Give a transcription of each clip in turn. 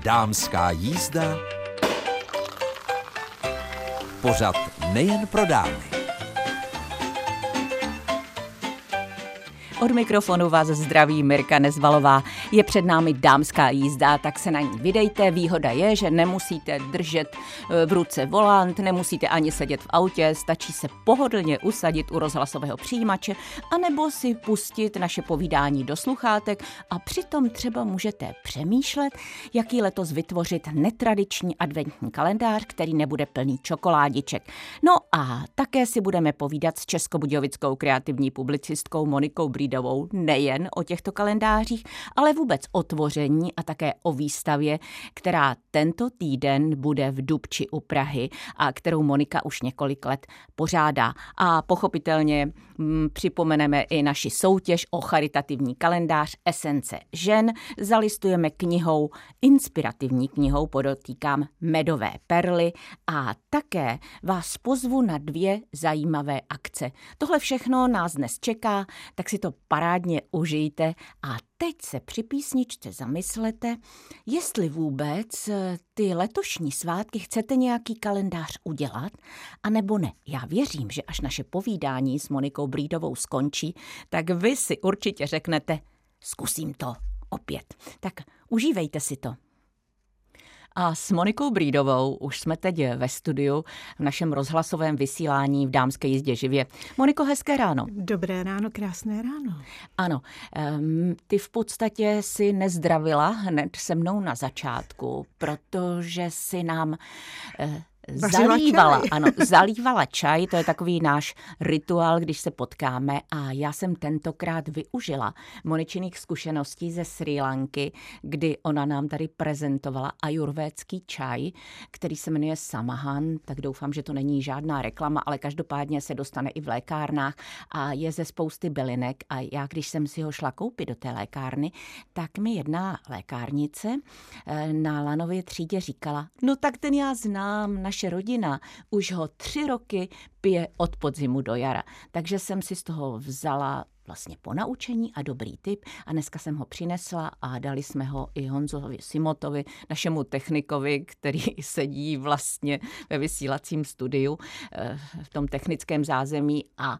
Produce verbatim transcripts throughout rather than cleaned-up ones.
Dámská jízda, pořad nejen pro dámy. Od mikrofonu vás zdraví Mirka Nezvalová. Je před námi dámská jízda, tak se na ní vydejte. Výhoda je, že nemusíte držet v ruce volant, nemusíte ani sedět v autě, stačí se pohodlně usadit u rozhlasového přijímače anebo si pustit naše povídání do sluchátek a přitom třeba můžete přemýšlet, jaký letos vytvořit netradiční adventní kalendář, který nebude plný čokoládiček. No a také si budeme povídat s českobudějovickou kreativní publicistkou Monikou Brídovou nejen o těchto kalendářích, ale vůbec o tvoření a také o výstavě, která tento týden bude v Dubči u Prahy a kterou Monika už několik let pořádá. A pochopitelně m, připomeneme i naši soutěž o charitativní kalendář Esence žen. Zalistujeme knihou, inspirativní knihou, podotýkám Medové perly, a také vás pozvu na dvě zajímavé akce. Tohle všechno nás dnes čeká, tak si to parádně užijte a teď se při písničce zamyslete, jestli vůbec ty letošní svátky chcete nějaký kalendář udělat, anebo ne. Já věřím, že až naše povídání s Monikou Brídovou skončí, tak vy si určitě řeknete, zkusím to opět. Tak užívejte si to. A s Monikou Brídovou už jsme teď ve studiu v našem rozhlasovém vysílání v Dámské jízdě živě. Moniko, hezké ráno. Dobré ráno, krásné ráno. Ano, um, ty v podstatě si nezdravila hned se mnou na začátku, protože si nám... Uh, Zalívala, čaj. ano, zalívala čaj, to je takový náš rituál, když se potkáme, a já jsem tentokrát využila Moničiných zkušeností ze Srí Lanky, kdy ona nám tady prezentovala ajurvédský čaj, který se jmenuje Samahan, tak doufám, že to není žádná reklama, ale každopádně se dostane i v lékárnách a je ze spousty bylinek, a já, když jsem si ho šla koupit do té lékárny, tak mi jedna lékárnice na lanově třídě říkala, no tak ten já znám, naše rodina už ho tři roky pije od podzimu do jara. Takže jsem si z toho vzala vlastně ponaučení a dobrý tip a dneska jsem ho přinesla a dali jsme ho i Honzovi Simotovi, našemu technikovi, který sedí vlastně ve vysílacím studiu v tom technickém zázemí a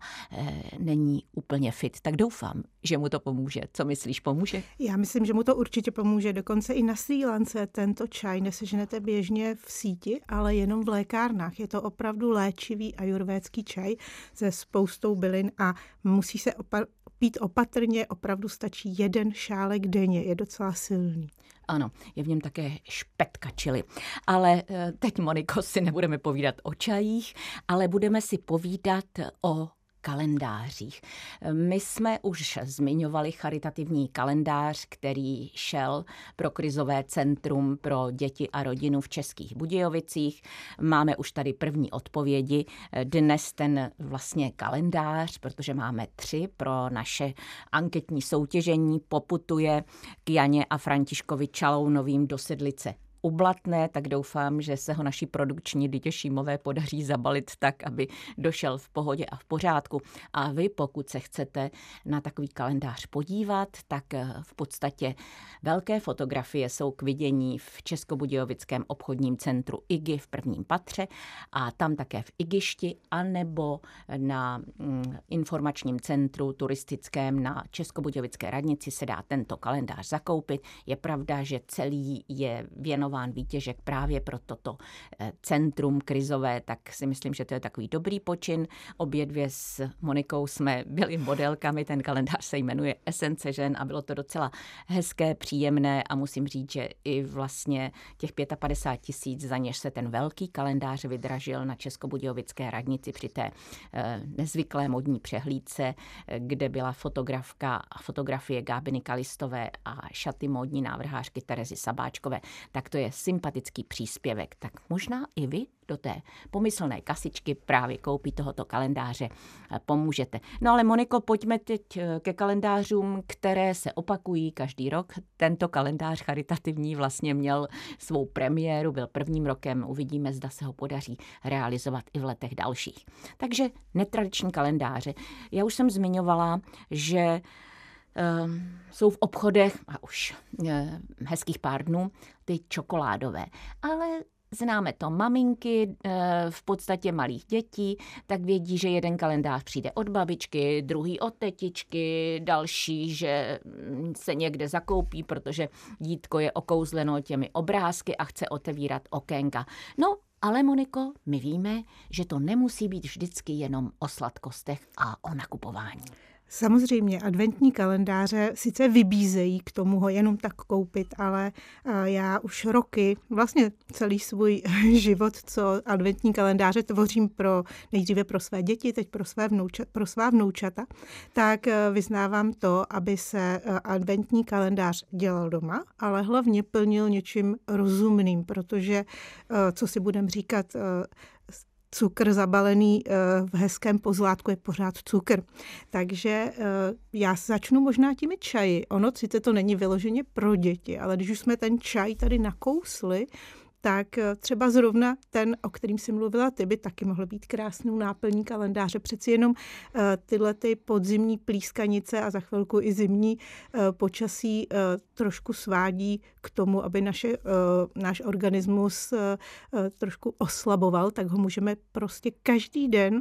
není úplně fit. Tak doufám, že mu to pomůže. Co myslíš, pomůže? Já myslím, že mu to určitě pomůže. Dokonce i na Srí Lance tento čaj neseženete běžně v síti, ale jenom v lékárnách. Je to opravdu léčivý ajurvédský čaj se spoustou bylin a musí se opa- pít opatrně, opravdu stačí jeden šálek denně, je docela silný. Ano, je v něm také špetka čili. Ale teď, Moniko, si nebudeme povídat o čajích, ale budeme si povídat o kalendářích. My jsme už zmiňovali charitativní kalendář, který šel pro krizové centrum pro děti a rodinu v Českých Budějovicích. Máme už tady první odpovědi. Dnes ten vlastně kalendář, protože máme tři pro naše anketní soutěžení, poputuje k Janě a Františkovi Čalounovým do Sedlice u Blatné, tak doufám, že se ho naší produkční Dytě Šímové podaří zabalit tak, aby došel v pohodě a v pořádku. A vy, pokud se chcete na takový kalendář podívat, tak v podstatě velké fotografie jsou k vidění v Českobudějovickém obchodním centru I G I v prvním patře a tam také v Igišti, anebo na mm, informačním centru turistickém na Českobudějovické radnici se dá tento kalendář zakoupit. Je pravda, že celý je věnován výtěžek právě pro toto centrum krizové, tak si myslím, že to je takový dobrý počin. Obě dvě s Monikou jsme byli modelkami, ten kalendář se jmenuje Esence žen a bylo to docela hezké, příjemné a musím říct, že i vlastně těch padesát pět tisíc, za něž se ten velký kalendář vydražil na Českobudějovické radnici při té nezvyklé modní přehlídce, kde byla fotografka a fotografie Gábiny Kalistové a šaty módní návrhářky Terezy Sabáčkové, tak to je sympatický příspěvek. Tak možná i vy do té pomyslné kasičky právě koupí tohoto kalendáře pomůžete. No ale Moniko, pojďme teď ke kalendářům, které se opakují každý rok. Tento kalendář charitativní vlastně měl svou premiéru, byl prvním rokem, uvidíme, zda se ho podaří realizovat i v letech dalších. Takže netradiční kalendáře. Já už jsem zmiňovala, že jsou v obchodech, a už hezkých pár dnů, ty čokoládové. Ale známe to maminky, v podstatě malých dětí, tak vědí, že jeden kalendář přijde od babičky, druhý od tetičky, další, že se někde zakoupí, protože dítko je okouzleno těmi obrázky a chce otevírat okénka. No, ale Moniko, my víme, že to nemusí být vždycky jenom o sladkostech a o nakupování. Samozřejmě adventní kalendáře sice vybízejí k tomu ho jenom tak koupit, ale já už roky, vlastně celý svůj život, co adventní kalendáře tvořím pro, nejdříve pro své děti, teď pro, své vnoučat, pro svá vnoučata, tak vyznávám to, aby se adventní kalendář dělal doma, ale hlavně plnil něčím rozumným, protože, co si budeme říkat, cukr zabalený v hezkém pozlátku je pořád cukr. Takže já začnu možná těmi čaji. Ono sice to není vyloženě pro děti, ale když už jsme ten čaj tady nakousli, tak třeba zrovna ten, o kterým jsi mluvila ty, by taky mohl být krásnou náplní kalendáře. Přeci jenom tyhle ty podzimní plískanice a za chvilku i zimní počasí trošku svádí k tomu, aby naše, náš organismus trošku oslaboval, tak ho můžeme prostě každý den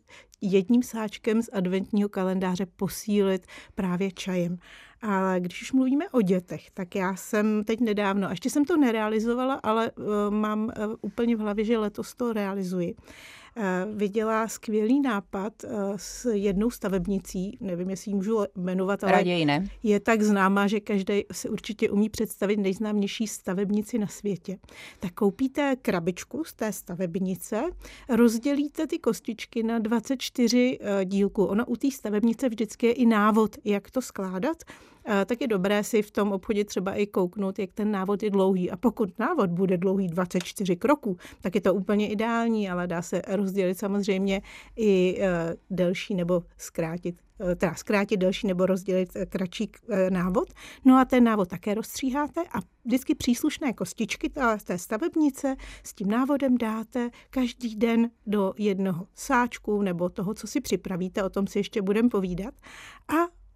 jedním sáčkem z adventního kalendáře posílit právě čajem. Ale když už mluvíme o dětech, tak já jsem teď nedávno, a ještě jsem to nerealizovala, ale uh, mám uh, úplně v hlavě, že letos to realizuji. Uh, viděla skvělý nápad uh, s jednou stavebnicí, nevím, jestli ji můžu jmenovat, ale raději ne. Je tak známá, že každý se určitě umí představit nejznámější stavebnici na světě. Tak koupíte krabičku z té stavebnice, rozdělíte ty kostičky na dvacet čtyři uh, dílků. Ono u té stavebnice vždycky je i návod, jak to skládat. Tak je dobré si v tom obchodě třeba i kouknout, jak ten návod je dlouhý. A pokud návod bude dlouhý dvacet čtyři kroků, tak je to úplně ideální, ale dá se rozdělit samozřejmě i delší nebo zkrátit, teda zkrátit delší nebo rozdělit kratší návod. No a ten návod také rozstříháte a vždycky příslušné kostičky té stavebnice s tím návodem dáte každý den do jednoho sáčku nebo toho, co si připravíte, o tom si ještě budeme povídat. A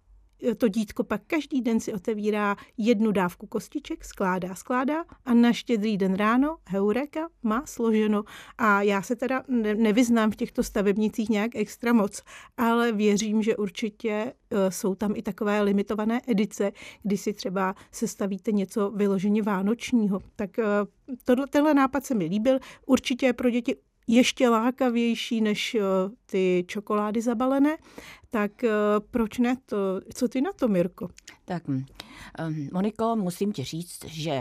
to dítko pak každý den si otevírá jednu dávku kostiček, skládá, skládá a na Štědrý den ráno, heureka, má složeno. A já se teda nevyznám v těchto stavebnicích nějak extra moc, ale věřím, že určitě jsou tam i takové limitované edice, kdy si třeba sestavíte něco vyloženě vánočního. Tak tohle, tenhle nápad se mi líbil. Určitě je pro děti ještě lákavější než ty čokolády zabalené, tak proč ne to? Co ty na to, Mirko? Tak, Moniko, musím ti říct, že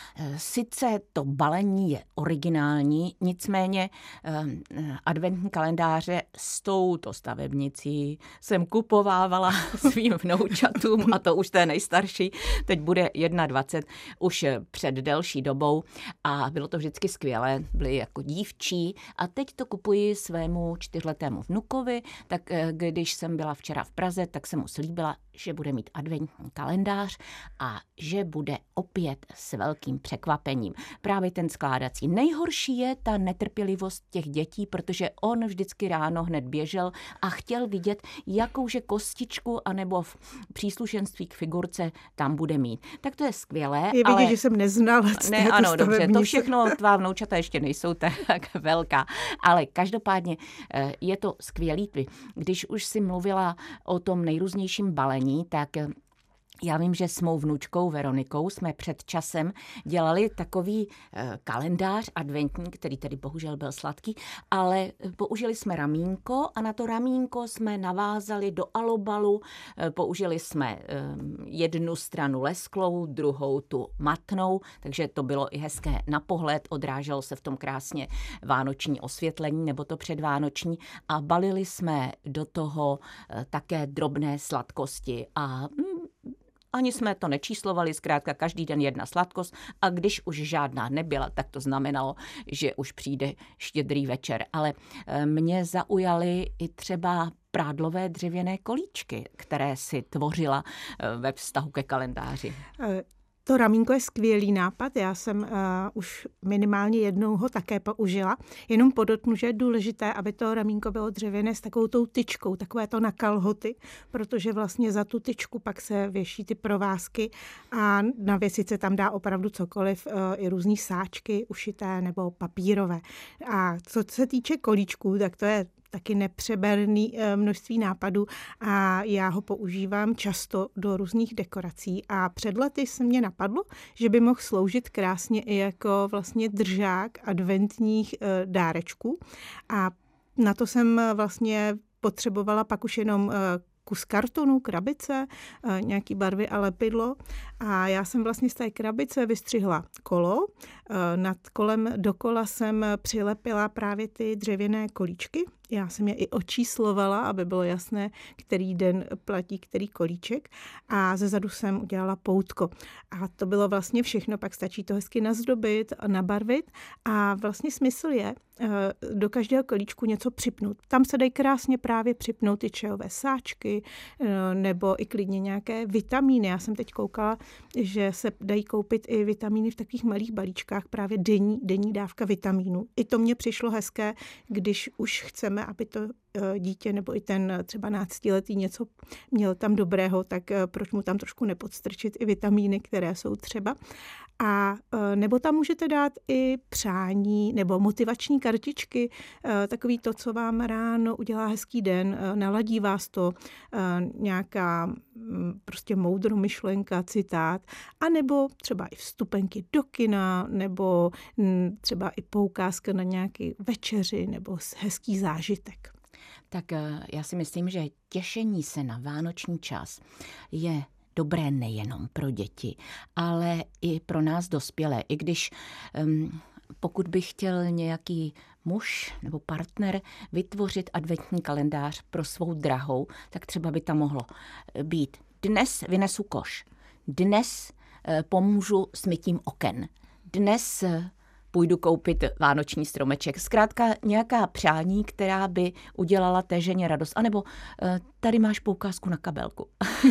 sice to balení je originální, nicméně adventní kalendáře s touto stavebnicí jsem kupovávala svým vnoučatům, a to už té nejstarší, teď bude dvacet jedna, už před delší dobou a bylo to vždycky skvělé, byly jako dívčí a teď to kupuji svému čtyřletému vnukovi, tak když jsem byla včera v Praze, tak jsem mu slíbila, že bude mít adventní kalendář a že bude opět s velkým překvapením. Právě ten skládací. Nejhorší je ta netrpělivost těch dětí, protože on vždycky ráno hned běžel a chtěl vidět, jakouže kostičku anebo v příslušenství k figurce tam bude mít. Tak to je skvělé. Je vidět, ale... že jsem neznala. Ne, ano, dobře, to všechno tvá vnoučata ještě nejsou tak velká, ale každopádně je to skvělý. Když už si mluvila o tom nejrůznějším balení, tak já vím, že s mou vnučkou Veronikou jsme před časem dělali takový kalendář adventní, který tedy bohužel byl sladký, ale použili jsme ramínko a na to ramínko jsme navázali do alobalu, použili jsme jednu stranu lesklou, druhou tu matnou, takže to bylo i hezké na pohled, odráželo se v tom krásně vánoční osvětlení nebo to předvánoční a balili jsme do toho také drobné sladkosti a ani jsme to nečíslovali, zkrátka každý den jedna sladkost a když už žádná nebyla, tak to znamenalo, že už přijde štědrý večer. Ale mě zaujaly i třeba prádlové dřevěné kolíčky, které si tvořila ve vztahu ke kalendáři. To ramínko je skvělý nápad, já jsem uh, už minimálně jednou ho také použila, jenom podotknu, že je důležité, aby to ramínko bylo dřevěné s takovou tou tyčkou, takové to na kalhoty, protože vlastně za tu tyčku pak se věší ty provázky a na věci se tam dá opravdu cokoliv, uh, i různý sáčky ušité nebo papírové. A co se týče kolíčků, tak to je taky nepřeberný množství nápadů a já ho používám často do různých dekorací a před lety se mě napadlo, že by mohl sloužit krásně i jako vlastně držák adventních dárečků a na to jsem vlastně potřebovala pak už jenom kus kartonu, krabice, nějaký barvy a lepidlo. A já jsem vlastně z té krabice vystřihla kolo. Nad kolem dokola jsem přilepila právě ty dřevěné kolíčky. Já jsem je i očíslovala, aby bylo jasné, který den platí který kolíček. A zezadu jsem udělala poutko. A to bylo vlastně všechno. Pak stačí to hezky nazdobit a nabarvit. A vlastně smysl je do každého kolíčku něco připnout. Tam se dají krásně právě připnout ty čajové sáčky nebo i klidně nějaké vitamíny. Já jsem teď koukala, že se dají koupit i vitamíny v takových malých balíčkách, právě denní, denní dávka vitamínů. I to mně přišlo hezké, když už chceme, aby to dítě nebo i ten třeba náctiletý něco měl tam dobrého, tak proč mu tam trošku nepodstrčit i vitamíny, které jsou třeba. A nebo tam můžete dát i přání nebo motivační kartičky, takový to, co vám ráno udělá hezký den, naladí vás to, nějaká prostě moudromyšlenka, citát, a nebo třeba i vstupenky do kina, nebo třeba i poukázka na nějaký večeři nebo hezký zážitek. Tak já si myslím, že těšení se na vánoční čas je dobré nejenom pro děti, ale i pro nás dospělé. I když um, pokud by chtěl nějaký muž nebo partner vytvořit adventní kalendář pro svou drahou, tak třeba by tam mohlo být: dnes vynesu koš, dnes uh, pomůžu s mytím oken, dnes uh, půjdu koupit vánoční stromeček. Zkrátka nějaká přání, která by udělala té ženě radost. A nebo tady máš poukázku na kabelku.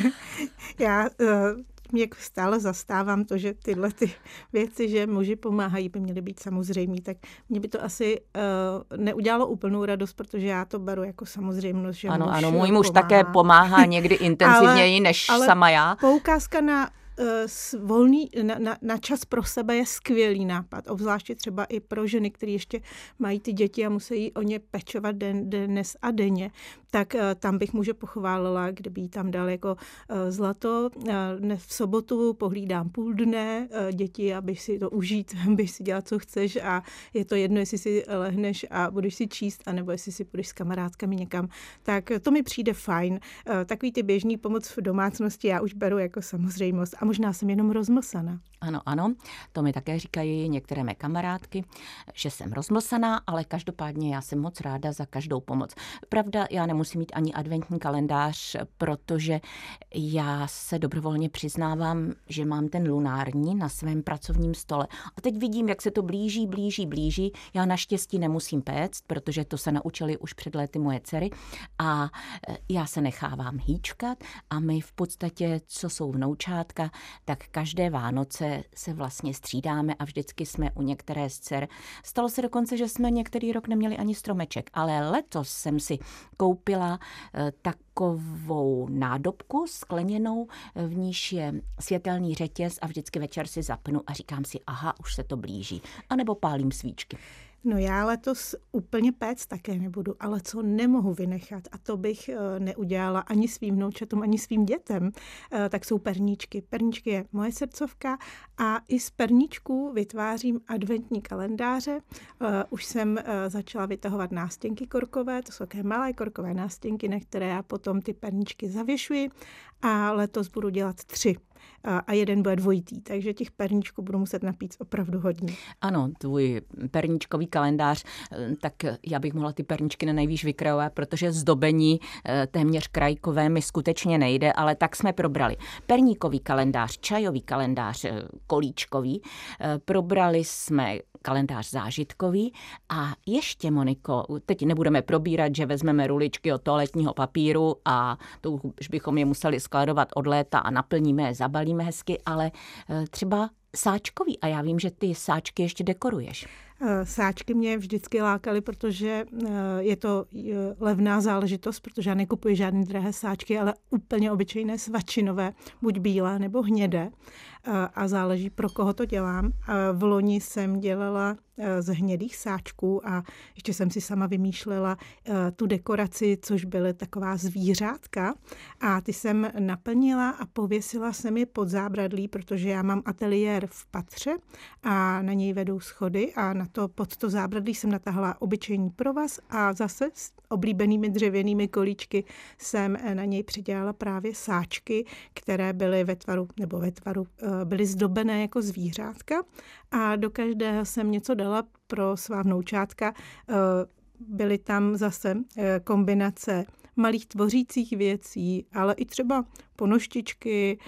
Já mě stále zastávám to, že tyhle ty věci, že muži pomáhají, by měly být samozřejmý, tak mě by to asi uh, neudělalo úplnou radost, protože já to beru jako samozřejmost, že ano, muž ano, můj muž pomáhá. také pomáhá někdy intenzivněji ale, než ale sama já. Poukázka na volný, na, na, na čas pro sebe je skvělý nápad, obzvláště třeba i pro ženy, které ještě mají ty děti a musí o ně pečovat den, dnes a denně, tak uh, tam bych muže pochválila, kdyby jí tam dal jako uh, zlato. Uh, dnes v sobotu pohlídám půl dne uh, děti, abych si to užít, abych si dělat, co chceš a je to jedno, jestli si lehneš a budeš si číst, anebo jestli si půjdeš s kamarádkami někam, tak to mi přijde fajn. Uh, takový ty běžný pomoc v domácnosti já už beru jako samozřejmost a možná jsem jenom rozmlsaná. Ano, ano, to mi také říkají některé mé kamarádky, že jsem rozmlsaná, ale každopádně já jsem moc ráda za každou pomoc. Pravda, já nemusím mít ani adventní kalendář, protože já se dobrovolně přiznávám, že mám ten lunární na svém pracovním stole. A teď vidím, jak se to blíží, blíží, blíží. Já naštěstí nemusím péct, protože to se naučili už před lety moje dcery a já se nechávám hýčkat a my v podstatě, co jsou vnoučátka, tak každé Vánoce se vlastně střídáme a vždycky jsme u některé z dcer. Stalo se dokonce, že jsme některý rok neměli ani stromeček, ale letos jsem si koupila takovou nádobku skleněnou, v níž je světelný řetěz a vždycky večer si zapnu a říkám si, aha, už se to blíží. A nebo pálím svíčky. No já letos úplně péct také nebudu, ale co nemohu vynechat, a to bych neudělala ani svým vnoučatům, ani svým dětem, tak jsou perníčky. Perníčky je moje srdcovka a i z perníčků vytvářím adventní kalendáře. Už jsem začala vytahovat nástěnky korkové, to jsou také malé korkové nástěnky, na které já potom ty perníčky zavěšuji a letos budu dělat tři. A jeden bude dvojitý, takže těch perníčků budu muset napít opravdu hodně. Ano, tvůj perníčkový kalendář, tak já bych mohla ty perníčky na nejvýš vykrajovat, protože zdobení téměř krajkové mi skutečně nejde, ale tak jsme probrali perníkový kalendář, čajový kalendář, kolíčkový, probrali jsme kalendář zážitkový. A ještě, Moniko, teď nebudeme probírat, že vezmeme ruličky od toaletního papíru a to už bychom je museli skladovat od léta a naplníme je, zabalíme hezky, ale třeba sáčkový. A já vím, že ty sáčky ještě dekoruješ. Sáčky mě vždycky lákaly, protože je to levná záležitost, protože já nekupuji žádné drahé sáčky, ale úplně obyčejné svačinové, buď bílé nebo hnědé. A záleží, pro koho to dělám. V loni jsem dělala z hnědých sáčků a ještě jsem si sama vymýšlela tu dekoraci, což byly taková zvířátka. A ty jsem naplnila a pověsila jsem je pod zábradlí, protože já mám ateliér v patře a na něj vedou schody a na to, pod to zábradlí jsem natáhla obyčejný provaz a zase s oblíbenými dřevěnými kolíčky jsem na něj přidělala právě sáčky, které byly ve tvaru, nebo ve tvaru, byly zdobené jako zvířátka a do každého jsem něco dala pro svá vnoučátka. Byly tam zase kombinace malých tvořících věcí, ale i třeba ponoštičky,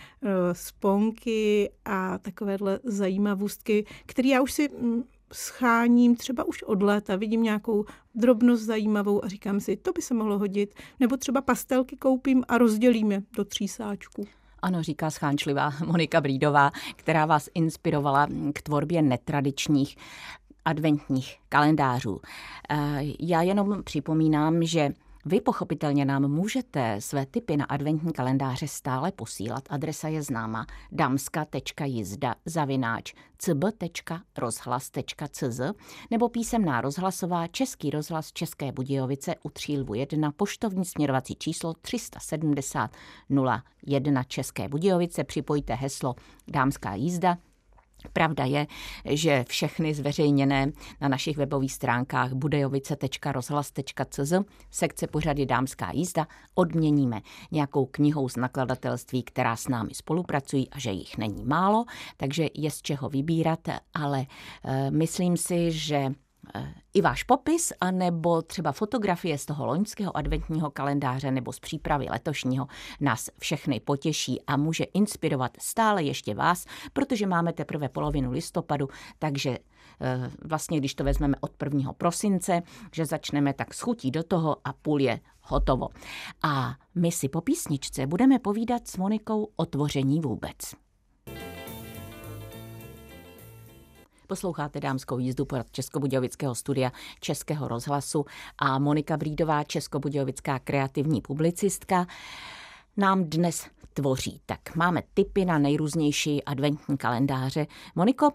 sponky a takovéhle zajímavostky, které já už si scháním třeba už od léta, vidím nějakou drobnost zajímavou a říkám si, to by se mohlo hodit. Nebo třeba pastelky koupím a rozdělím je do tří sáčků. Ano, říká schánčlivá Monika Brídová, která vás inspirovala k tvorbě netradičních adventních kalendářů. Já jenom připomínám, že vy pochopitelně nám můžete své tipy na adventní kalendáře stále posílat. Adresa je známa damska tečka jizda zavináč c b tečka rozhlas tečka c z nebo písemná rozhlasová Český rozhlas České Budějovice u Třílvu jedna, poštovní směrovací číslo tři set sedmdesát nula jedna České Budějovice. Připojte heslo Dámská jízda. Pravda je, že všechny zveřejněné na našich webových stránkách budějovice tečka rozhlas tečka c z sekce pořady Dámská jízda odměníme nějakou knihou z nakladatelství, která s námi spolupracují a že jich není málo, takže je z čeho vybírat, ale e, myslím si, že i váš popis, anebo třeba fotografie z toho loňského adventního kalendáře nebo z přípravy letošního nás všechny potěší a může inspirovat stále ještě vás, protože máme teprve polovinu listopadu, takže vlastně, když to vezmeme od prvního prosince, že začneme tak s chutí do toho a půl je hotovo. A my si po písničce budeme povídat s Monikou o tvoření vůbec. Posloucháte Dámskou jízdu, pořad Českobudějovického studia Českého rozhlasu a Monika Brídová, českobudějovická kreativní publicistka, nám dnes tvoří. Tak máme tipy na nejrůznější adventní kalendáře. Moniko,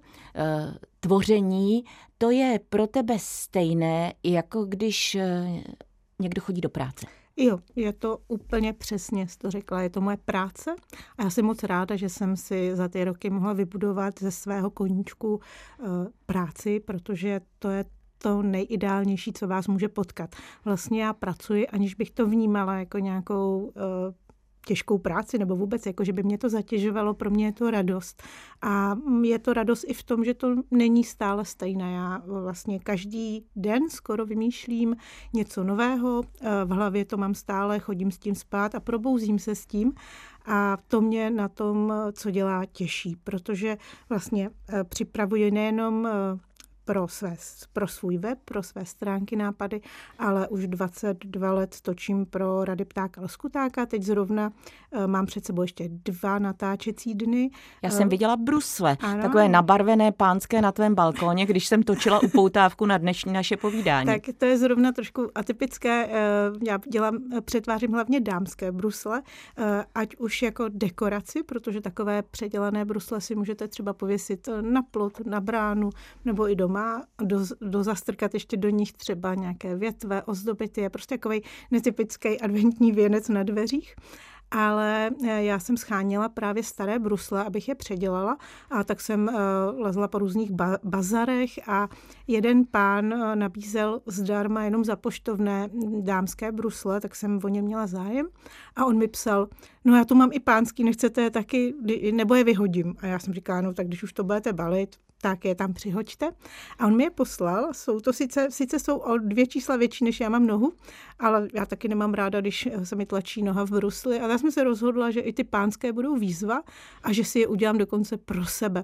tvoření, to je pro tebe stejné, jako když někdo chodí do práce. Jo, je to úplně přesně, jsi to řekla, je to moje práce a já jsem moc ráda, že jsem si za ty roky mohla vybudovat ze svého koníčku uh, práci, protože to je to nejideálnější, co vás může potkat. Vlastně já pracuji, aniž bych to vnímala jako nějakou uh, těžkou práci nebo vůbec, jako že by mě to zatěžovalo, pro mě je to radost. A je to radost i v tom, že to není stále stejné. Já vlastně každý den skoro vymýšlím něco nového, v hlavě to mám stále, chodím s tím spát a probouzím se s tím. A to mě na tom, co dělá, těší, protože vlastně připravuji nejenom pro, své, pro svůj web, pro své stránky, nápady, ale už dvacet dva let točím pro Rady ptáka Loskutáka. Teď zrovna uh, mám před sebou ještě dva natáčecí dny. Já jsem uh, viděla brusle, ano. Takové nabarvené pánské na tvém balkóně, když jsem točila upoutávku na dnešní naše povídání. Tak to je zrovna trošku atypické. Uh, já dělám, přetvářím hlavně dámské brusle, uh, ať už jako dekoraci, protože takové předělané brusle si můžete třeba pověsit na plot, na bránu nebo i doma. Má do, do zastrkat ještě do nich třeba nějaké větve, ozdobit je, prostě takovej netypický adventní věnec na dveřích. Ale já jsem schánila právě staré brusle, abych je předělala a tak jsem uh, lezla po různých ba- bazarech a jeden pán uh, nabízel zdarma jenom za poštovné dámské brusle, tak jsem o ně měla zájem a on mi psal, no já tu mám i pánský, nechcete je taky, nebo je vyhodím. A já jsem říkala, no tak když už to budete balit, tak je tam přihoďte. A on mi je poslal, jsou to sice, sice jsou o dvě čísla větší, než já mám nohu, ale já taky nemám ráda, když se mi tlačí noha v brusli. A já jsem se rozhodla, že i ty pánské budou výzva a že si je udělám dokonce pro sebe.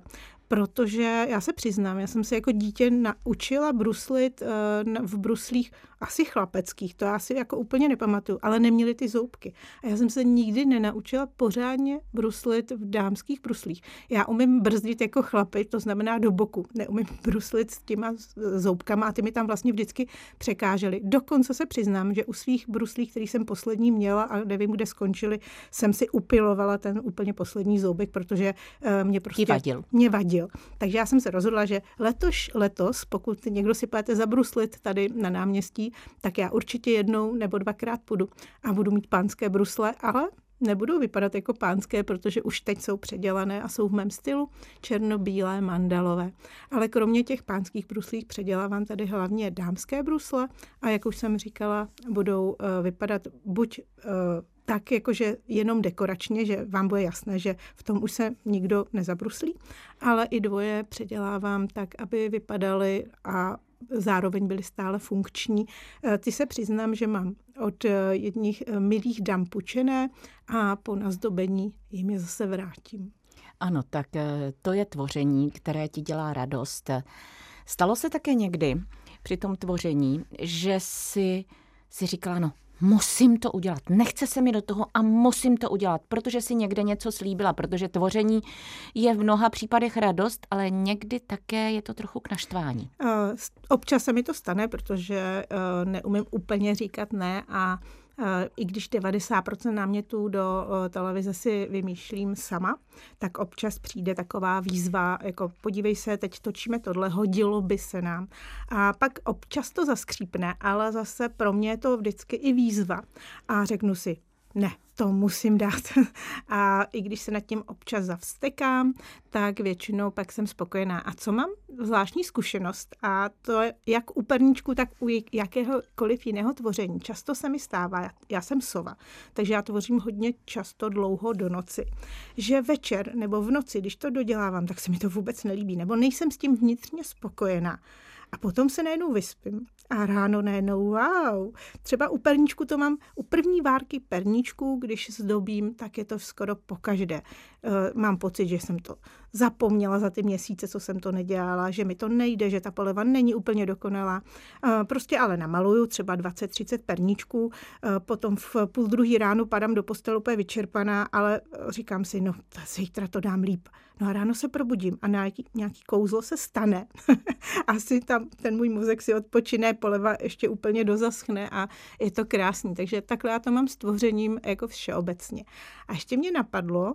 protože já se přiznám, já jsem se jako dítě naučila bruslit v bruslích asi chlapeckých, to já si jako úplně nepamatuju, ale neměly ty zoubky. A já jsem se nikdy nenaučila pořádně bruslit v dámských bruslích. Já umím brzdit jako chlapi, to znamená do boku. Neumím bruslit s těma zoubkama a ty mi tam vlastně vždycky překážely. Dokonce se přiznám, že u svých bruslích, který jsem poslední měla a nevím, kde skončili, jsem si upilovala ten úplně poslední zoubek, protože mě prostě vadil. mě vadil. Takže já jsem se rozhodla, že letoš, letos, pokud někdo si půjdete zabruslit tady na náměstí, tak já určitě jednou nebo dvakrát půjdu a budu mít pánské brusle, ale nebudou vypadat jako pánské, protože už teď jsou předělané a jsou v mém stylu černobílé mandalové. Ale kromě těch pánských bruslí předělávám tady hlavně dámské brusle a jak už jsem říkala, budou uh, vypadat buď uh, tak jakože jenom dekoračně, že vám bude jasné, že v tom už se nikdo nezabruslí, ale i dvoje předělávám tak, aby vypadaly a zároveň byly stále funkční. Ty se přiznám, že mám od jedních milých dam půjčené a po nazdobení jim je zase vrátím. Ano, tak to je tvoření, které ti dělá radost. Stalo se také někdy při tom tvoření, že si, si říkala, no, musím to udělat, nechce se mi do toho a musím to udělat, protože si někde něco slíbila, protože tvoření je v mnoha případech radost, ale někdy také je to trochu k naštvání. Občas se mi to stane, protože neumím úplně říkat ne a i když devadesát procent námětů do televize si vymýšlím sama, tak občas přijde taková výzva, jako podívej se, teď točíme tohle, hodilo by se nám. A pak občas to zaskřípne, ale zase pro mě je to vždycky i výzva. A řeknu si, ne, to musím dát. A i když se nad tím občas zavstekám, tak většinou pak jsem spokojená. A co mám? Zvláštní zkušenost. A to je jak u perníčku, tak u jakéhokoliv jiného tvoření. Často se mi stává, já jsem sova, takže já tvořím hodně často dlouho do noci. Že večer nebo v noci, když to dodělávám, tak se mi to vůbec nelíbí. Nebo nejsem s tím vnitřně spokojená. A potom se najednou vyspím. A ráno najednou, wow. Třeba u perníčku to mám, u první várky perníčku, když zdobím, tak je to skoro pokaždé. Mám pocit, že jsem to zapomněla za ty měsíce, co jsem to nedělala, že mi to nejde, že ta poleva není úplně dokonalá. Prostě ale namaluju třeba dvacet třicet perníčků, potom v půl druhý ráno padám do postele úplně vyčerpaná, ale říkám si, no zítra to dám líp. No a ráno se probudím a nějaký, nějaký kouzlo se stane. Asi tam ten můj mozek si odpočine, poleva ještě úplně dozaschne a je to krásný. Takže takhle já to mám s tvořením jako všeobecně. A ještě mě napadlo,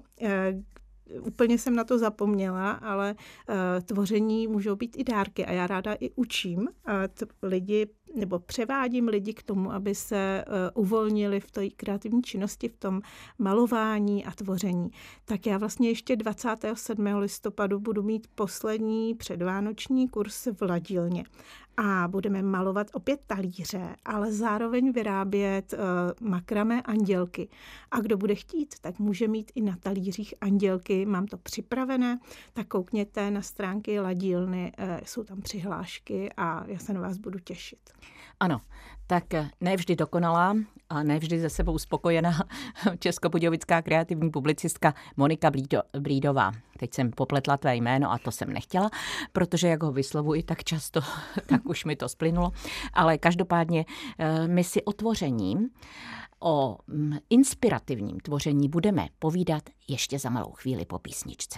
úplně jsem na to zapomněla, ale uh, tvoření můžou být i dárky a já ráda i učím uh, t- lidi, nebo převádím lidi k tomu, aby se uh, uvolnili v té kreativní činnosti, v tom malování a tvoření. Tak já vlastně ještě dvacátého sedmého listopadu budu mít poslední předvánoční kurz v ladílně. A budeme malovat opět talíře, ale zároveň vyrábět uh, makramé andělky. A kdo bude chtít, tak může mít i na talířích andělky. Mám to připravené, tak koukněte na stránky ladílny, uh, jsou tam přihlášky a já se na vás budu těšit. Ano, tak nevždy dokonalá a nevždy ze sebou spokojená českobudějovická kreativní publicistka Monika Blído, Blídová. Teď jsem popletla tvé jméno a to jsem nechtěla, protože jak ho vyslovuji tak často, tak už mi to splynulo. Ale každopádně my si o tvoření, o inspirativním tvoření budeme povídat ještě za malou chvíli po písničce.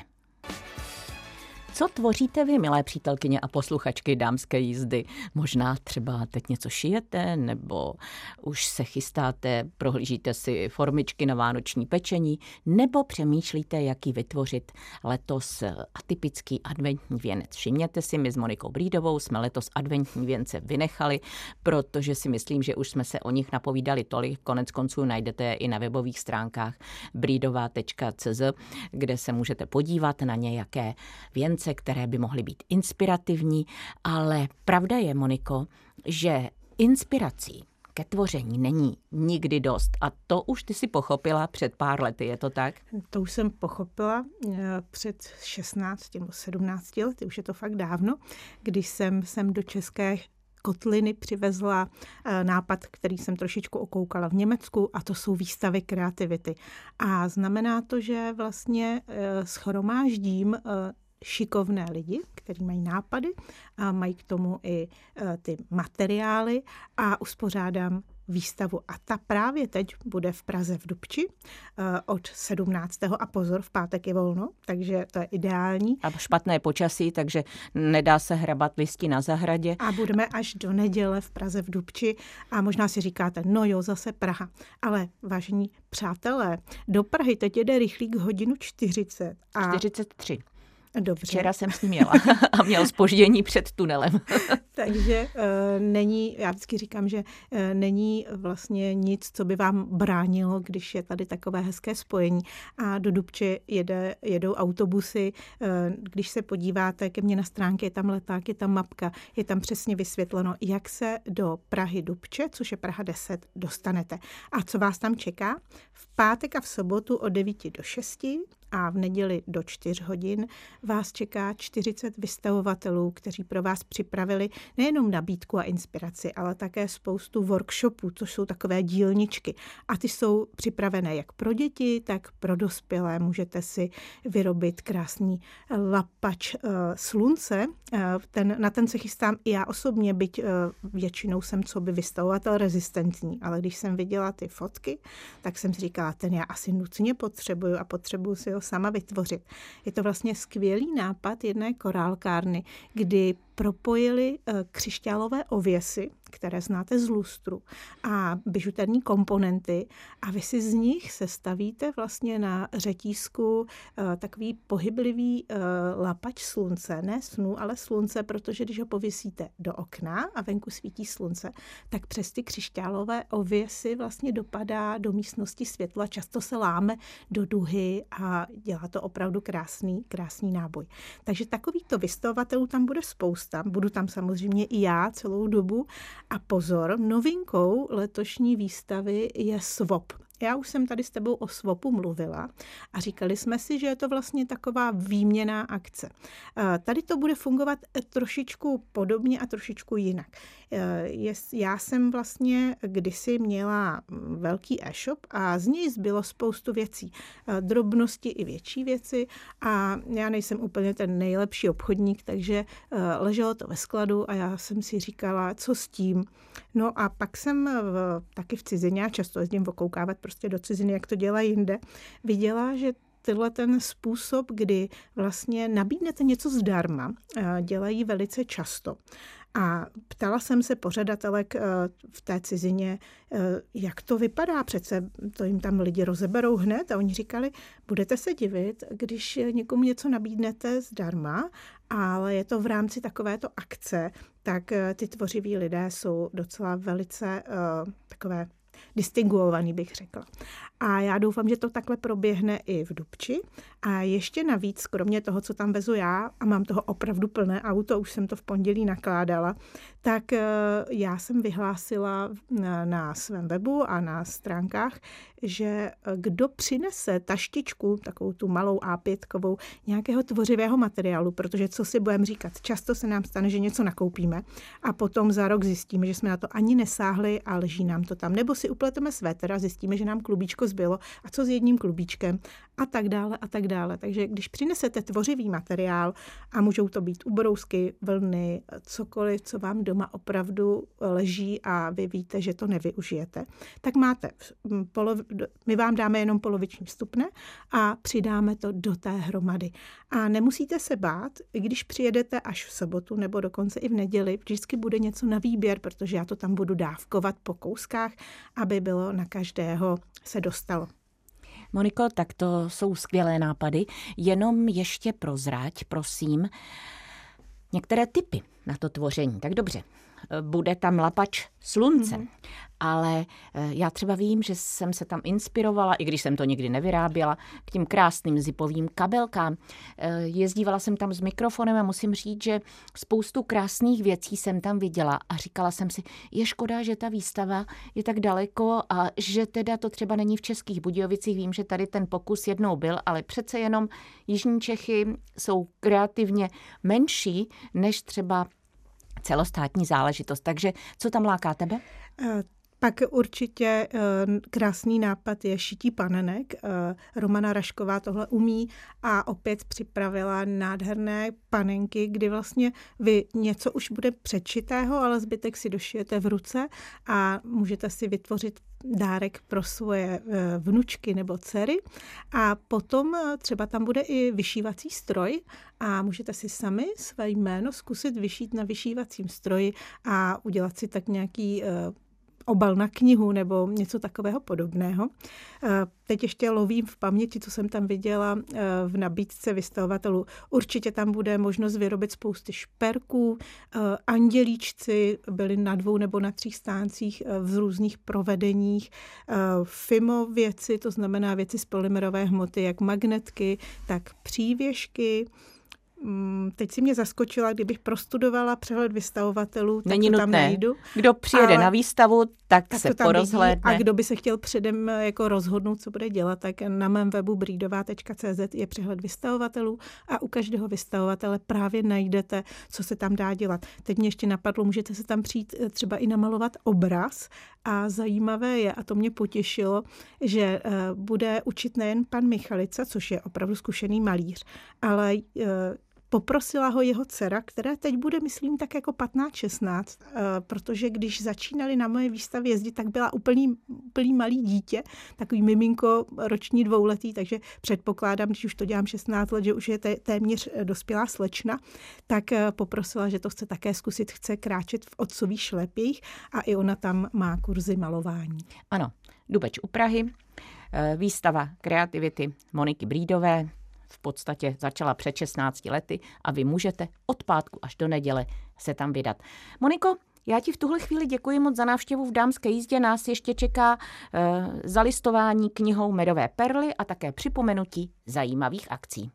Co tvoříte vy, milé přítelkyně a posluchačky dámské jízdy? Možná třeba teď něco šijete, nebo už se chystáte, prohlížíte si formičky na vánoční pečení, nebo přemýšlíte, jak ji vytvořit letos atypický adventní věnec. Všimněte si, my s Monikou Blídovou jsme letos adventní věnce vynechali, protože si myslím, že už jsme se o nich napovídali tolik. Konec konců najdete je i na webových stránkách blídová tečka cé zet, kde se můžete podívat na nějaké věnce, které by mohly být inspirativní, ale pravda je, Moniko, že inspirací ke tvoření není nikdy dost. A to už ty si pochopila před pár lety, je to tak? To už jsem pochopila před šestnácti nebo sedmnácti lety, už je to fakt dávno, když jsem sem do České kotliny přivezla nápad, který jsem trošičku okoukala v Německu, a to jsou výstavy kreativity. A znamená to, že vlastně shromáždím šikovné lidi, kteří mají nápady a mají k tomu i ty materiály a uspořádám výstavu. A ta právě teď bude v Praze v Dubči od sedmnáctého a pozor, v pátek je volno, takže to je ideální. A špatné počasí, takže nedá se hrabat listí na zahradě. A budeme až do neděle v Praze v Dubči a možná si říkáte, no jo, zase Praha. Ale vážení přátelé, do Prahy teď jede rychlík hodinu čtyřicet. A čtyřicet tři. Dobře. Včera jsem s ním měla a měl zpoždění před tunelem. Takže e, není, já vždycky říkám, že e, není vlastně nic, co by vám bránilo, když je tady takové hezké spojení. A do Dubče jede, jedou autobusy. E, když se podíváte ke mně na stránky, je tam leták, je tam mapka, je tam přesně vysvětleno, jak se do Prahy Dubče, což je Praha deset, dostanete. A co vás tam čeká? V pátek a v sobotu od devíti do šesti a v neděli do čtyř hodin vás čeká čtyřicet vystavovatelů, kteří pro vás připravili nejenom nabídku a inspiraci, ale také spoustu workshopů, což jsou takové dílničky. A ty jsou připravené jak pro děti, tak pro dospělé. Můžete si vyrobit krásný lapač uh, slunce. Uh, ten, na ten se chystám i já osobně, byť uh, většinou jsem co by vystavovatel rezistentní, ale když jsem viděla ty fotky, tak jsem si říkala, ten já asi nutně potřebuju a potřebuju si ho sama vytvořit. Je to vlastně skvělý nápad jedné korálkárny, kdy propojili křišťálové ověsy, které znáte z lustru, a bižuterní komponenty a vy si z nich sestavíte vlastně na řetízku takový pohyblivý lapač slunce, ne snu, ale slunce, protože když ho pověsíte do okna a venku svítí slunce, tak přes ty křišťálové ověsy vlastně dopadá do místnosti světla, často se láme do duhy a dělá to opravdu krásný, krásný náboj. Takže takovýchto vystavovatelů tam bude spousta. Budu tam samozřejmě i já celou dobu. A pozor, novinkou letošní výstavy je swap. Já už jsem tady s tebou o swapu mluvila a říkali jsme si, že je to vlastně taková výměnná akce. Tady to bude fungovat trošičku podobně a trošičku jinak. Já jsem vlastně kdysi měla velký e-shop a z něj zbylo spoustu věcí. Drobnosti i větší věci a já nejsem úplně ten nejlepší obchodník, takže leželo to ve skladu a já jsem si říkala, co s tím. No a pak jsem v, taky v cizině, já často jezdím okoukávat prostě do ciziny, jak to dělají jinde, viděla, že tenhle ten způsob, kdy vlastně nabídnete něco zdarma, dělají velice často. A ptala jsem se pořadatelek v té cizině, jak to vypadá, přece to jim tam lidi rozeberou hned a oni říkali, budete se divit, když někomu něco nabídnete zdarma, ale je to v rámci takovéto akce, tak ty tvořiví lidé jsou docela velice uh, takové distinguovaný, bych řekla. A já doufám, že to takhle proběhne i v Dubči. A ještě navíc, kromě toho, co tam vezu já, a mám toho opravdu plné auto, už jsem to v pondělí nakládala, tak já jsem vyhlásila na svém webu a na stránkách, že kdo přinese taštičku, takovou tu malou á pět, nějakého tvořivého materiálu, protože co si budeme říkat, často se nám stane, že něco nakoupíme a potom za rok zjistíme, že jsme na to ani nesáhli a leží nám to tam. Nebo si upleteme svéter a zjistíme, že nám klubíčko zbylo a co s jedním klubíčkem a tak dále a tak dále. Takže když přinesete tvořivý materiál a můžou to být ubrousky, vlny, cokoliv, co vám doma opravdu leží a vy víte, že to nevyužijete, tak máte polov... my vám dáme jenom poloviční vstupné a přidáme to do té hromady. A nemusíte se bát, i když přijedete až v sobotu nebo dokonce i v neděli, vždycky bude něco na výběr, protože já to tam budu dávkovat po kouskách, aby bylo na každého se dostalo. Moniko, tak to jsou skvělé nápady. Jenom ještě prozrať, prosím, některé tipy na to tvoření. Tak dobře, bude tam lapač slunce, mm-hmm. ale já třeba vím, že jsem se tam inspirovala, i když jsem to nikdy nevyráběla, k těm krásným zipovým kabelkám. Jezdívala jsem tam s mikrofonem a musím říct, že spoustu krásných věcí jsem tam viděla a říkala jsem si, je škoda, že ta výstava je tak daleko a že teda to třeba není v Českých Budějovicích. Vím, že tady ten pokus jednou byl, ale přece jenom jižní Čechy jsou kreativně menší než třeba celostátní záležitost. Takže co tam láká tebe? Pak určitě krásný nápad je šití panenek. Romana Rašková tohle umí a opět připravila nádherné panenky, kdy vlastně vy něco už bude předšitého, ale zbytek si došijete v ruce a můžete si vytvořit dárek pro svoje vnučky nebo dcery a potom třeba tam bude i vyšívací stroj a můžete si sami své jméno zkusit vyšít na vyšívacím stroji a udělat si tak nějaký obal na knihu nebo něco takového podobného. Teď ještě lovím v paměti, co jsem tam viděla v nabídce vystavovatelů. Určitě tam bude možnost vyrobit spousty šperků, andělíčci byly na dvou nebo na třích stáncích v různých provedeních, fimo věci, to znamená věci z polymerové hmoty, jak magnetky, tak přívěšky. Teď si mě zaskočila, kdybych prostudovala přehled vystavovatelů, tak Není to nutné. tam najdu. Kdo přijede ale, na výstavu, tak, tak se to tam porozhlédne. vidí. A kdo by se chtěl předem jako rozhodnout, co bude dělat, tak na mém webu brídová tečka cé zet je přehled vystavovatelů a u každého vystavovatele právě najdete, co se tam dá dělat. Teď mě ještě napadlo, můžete se tam přijít třeba i namalovat obraz a zajímavé je, a to mě potěšilo, že bude učit nejen pan Michalica, což je opravdu zkušený malíř, ale poprosila ho jeho dcera, která teď bude, myslím, tak jako patnáct šestnáct, protože když začínali na moje výstavě jezdit, tak byla úplný, úplný malý dítě, takový miminko roční dvouletý, takže předpokládám, když už to dělám šestnáct let, že už je té, téměř dospělá slečna, tak poprosila, že to chce také zkusit, chce kráčet v otcových šlepích a i ona tam má kurzy malování. Ano, Dubeč u Prahy, výstava kreativity Moniky Brídové, v podstatě začala před šestnácti lety a vy můžete od pátku až do neděle se tam vydat. Moniko, já ti v tuhle chvíli děkuji moc za návštěvu v Dámské jízdě. Nás ještě čeká e, zalistování knihou Medové perly a také připomenutí zajímavých akcí.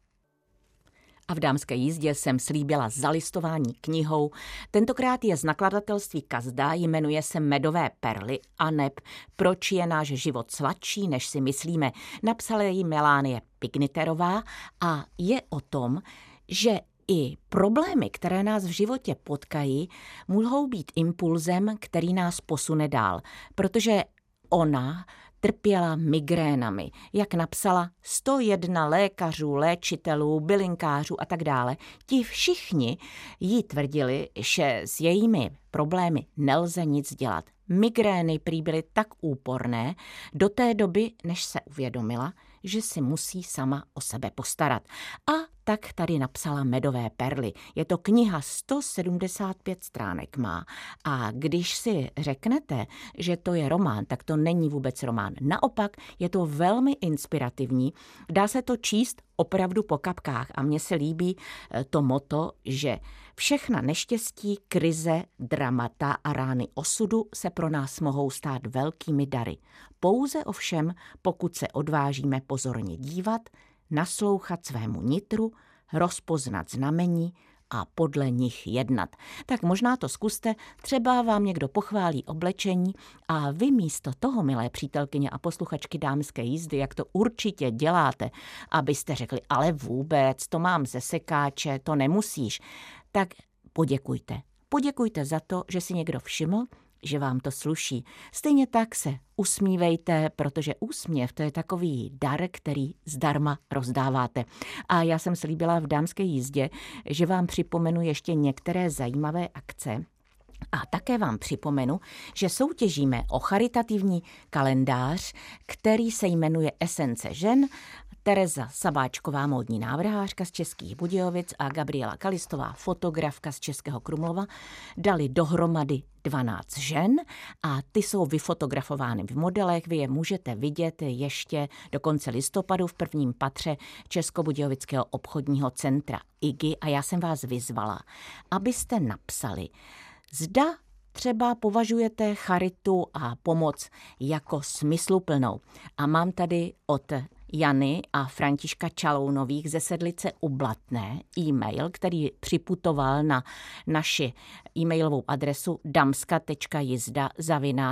A v Dámské jízdě jsem slíbila zalistování knihou. Tentokrát je z nakladatelství Kazda, jmenuje se Medové perly aneb Proč je náš život sladší, než si myslíme. Napsala ji Melánie Pigniterová a je o tom, že i problémy, které nás v životě potkají, mohou být impulzem, který nás posune dál, protože ona trpěla migrénami, jak napsala sto jedna lékařů, léčitelů, bylinkářů a tak dále. Ti všichni jí tvrdili, že s jejími problémy nelze nic dělat. Migrény prý byly tak úporné do té doby, než se uvědomila, že si musí sama o sebe postarat. A tak tady napsala Medové perly. Je to kniha sto sedmdesát pět stránek má. A když si řeknete, že to je román, tak to není vůbec román. Naopak je to velmi inspirativní. Dá se to číst opravdu po kapkách a mně se líbí to motto, že všechna neštěstí, krize, dramata a rány osudu se pro nás mohou stát velkými dary. Pouze ovšem, pokud se odvážíme pozorně dívat, naslouchat svému nitru, rozpoznat znamení a podle nich jednat. Tak možná to zkuste, třeba vám někdo pochválí oblečení a vy místo toho, milé přítelkyně a posluchačky Dámské jízdy, jak to určitě děláte, abyste řekli, ale vůbec, to mám ze sekáče, to nemusíš, tak poděkujte. Poděkujte za to, že si někdo všiml, že vám to sluší. Stejně tak se usmívejte, protože úsměv to je takový dar, který zdarma rozdáváte. A já jsem slíbila v Dámské jízdě, že vám připomenu ještě některé zajímavé akce. A také vám připomenu, že soutěžíme o charitativní kalendář, který se jmenuje Esence žen. Tereza Sabáčková, módní návrhářka z Českých Budějovic a Gabriela Kalistová, fotografka z Českého Krumlova, dali dohromady dvanáct žen a ty jsou vyfotografovány v modelech. Vy je můžete vidět ještě do konce listopadu v prvním patře Českobudějovického obchodního centra I G I a já jsem vás vyzvala, abyste napsali, zda třeba považujete charitu a pomoc jako smysluplnou. A mám tady od Jany a Františka Čalounových ze Sedlice u Blatné e-mail, který připutoval na naši e-mailovou adresu damska tečka jizda zavináč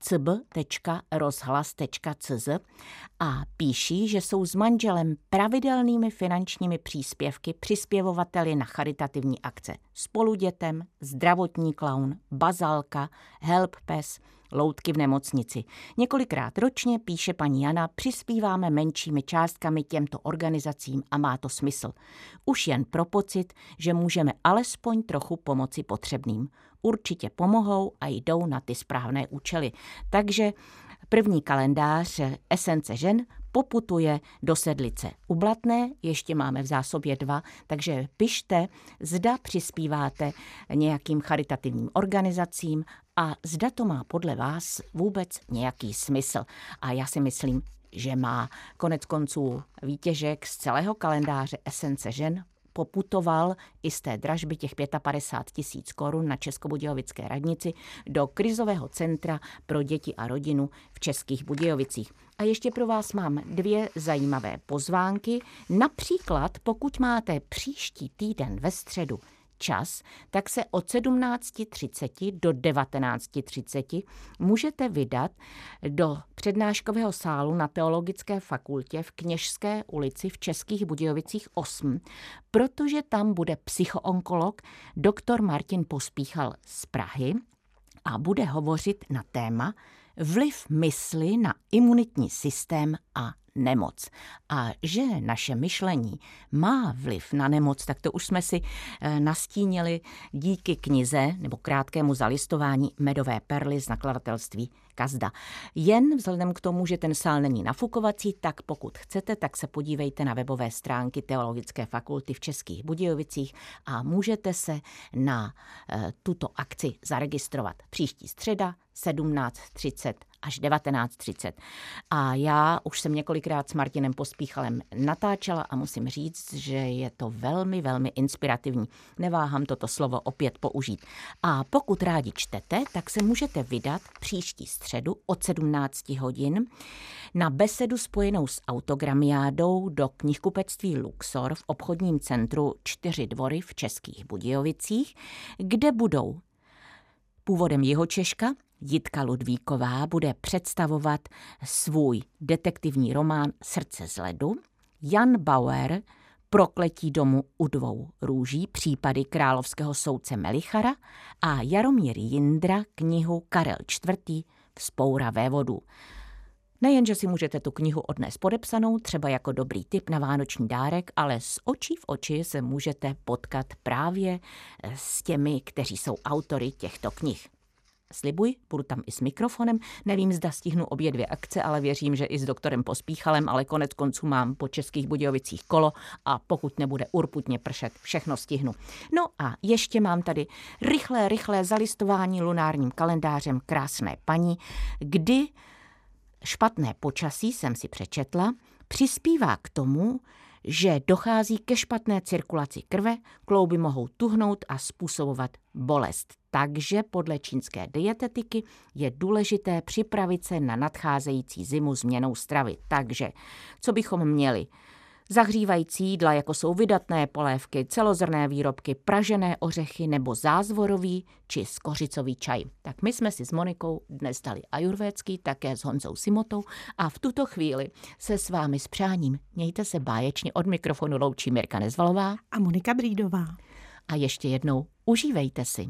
c b tečka rozhlas tečka c z a píší, že jsou s manželem pravidelnými finančními příspěvky přispěvovateli na charitativní akce Spolu dětem, Zdravotní klaun, Bazalka, Help Pes, Loutky v nemocnici. Několikrát ročně, píše paní Jana, přispíváme menšími částkami těmto organizacím a má to smysl. Už jen pro pocit, že můžeme alespoň trochu pomoci potřebným. Určitě pomohou a jdou na ty správné účely. Takže první kalendář Esence žen poputuje do Sedlice u Blatné, ještě máme v zásobě dva, takže pište, zda přispíváte nějakým charitativním organizacím a zda to má podle vás vůbec nějaký smysl. A já si myslím, že má. Konec konců výtěžek z celého kalendáře Esence žen poputoval i z té dražby těch padesát pět tisíc korun na Českobudějovické radnici do krizového centra pro děti a rodinu v Českých Budějovicích. A ještě pro vás mám dvě zajímavé pozvánky. Například, pokud máte příští týden ve středu čas, tak se od sedmnáct třicet do devatenáct třicet můžete vydat do přednáškového sálu na Teologické fakultě v Kněžské ulici v Českých Budějovicích osm, protože tam bude psychoonkolog doktor Martin Pospíchal z Prahy a bude hovořit na téma vliv mysli na imunitní systém a nemoc. A že naše myšlení má vliv na nemoc, tak to už jsme si nastínili díky knize nebo krátkému zalistování Medové perly z nakladatelství Kazda. Jen vzhledem k tomu, že ten sál není nafukovací, tak pokud chcete, tak se podívejte na webové stránky Teologické fakulty v Českých Budějovicích a můžete se na e, tuto akci zaregistrovat. Příští středa sedmnáct třicet až devatenáct třicet. A já už jsem několikrát s Martinem Pospíchalem natáčela a musím říct, že je to velmi, velmi inspirativní. Neváhám toto slovo opět použít. A pokud rádi čtete, tak se můžete vydat příští středu od sedmnáct hodin na besedu spojenou s autogramiádou do knihkupectví Luxor v obchodním centru Čtyři dvory v Českých Budějovicích, kde budou původem Jihočeška Jitka Ludvíková bude představovat svůj detektivní román Srdce z ledu, Jan Bauer Prokletí domu u dvou růží, případy královského soudce Melichara a Jaromír Jindra knihu Karel čtvrtý. Vzpoura vévodů. Nejen, že si můžete tu knihu odnést podepsanou, třeba jako dobrý tip na vánoční dárek, ale z očí v oči se můžete potkat právě s těmi, kteří jsou autory těchto knih. Slibuji, budu tam i s mikrofonem, nevím, zda stihnu obě dvě akce, ale věřím, že i s doktorem Pospíchalem, ale konec konců mám po Českých Budějovicích kolo a pokud nebude urputně pršet, všechno stihnu. No a ještě mám tady rychlé, rychlé zalistování lunárním kalendářem Krásné paní, kdy špatné počasí, jsem si přečetla, přispívá k tomu, že dochází ke špatné cirkulaci krve, klouby mohou tuhnout a způsobovat bolest. Takže podle čínské dietetiky je důležité připravit se na nadcházející zimu změnou stravy. Takže co bychom měli? Zahřívající jídla, jako jsou vydatné polévky, celozrnné výrobky, pražené ořechy nebo zázvorový či skořicový čaj. Tak my jsme si s Monikou dnes dali ajurvédský, také s Honzou Simotou a v tuto chvíli se s vámi s přáním mějte se báječně, od mikrofonu loučí Mirka Nezvalová a Monika Brídová. A ještě jednou užívejte si.